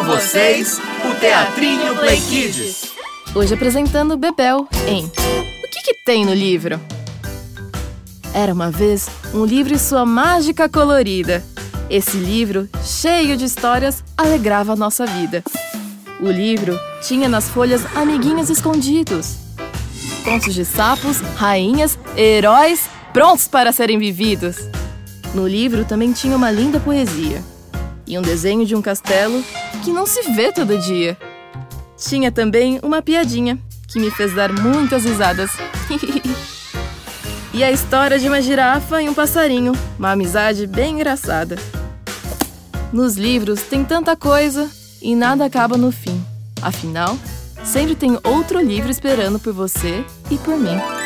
vocês, o Teatrinho Play Kids. Hoje apresentando Bebel em O que tem no livro? Era uma vez um livro e sua mágica colorida. Esse livro, cheio de histórias, alegrava a nossa vida. O livro tinha nas folhas amiguinhos escondidos. Contos de sapos, rainhas, heróis, prontos para serem vividos. No livro também tinha uma linda poesia. E um desenho de um castelo que não se vê todo dia. Tinha também uma piadinha que me fez dar muitas risadas. E a história de uma girafa e um passarinho, uma amizade bem engraçada. Nos livros tem tanta coisa e nada acaba no fim. Afinal, sempre tem outro livro esperando por você e por mim.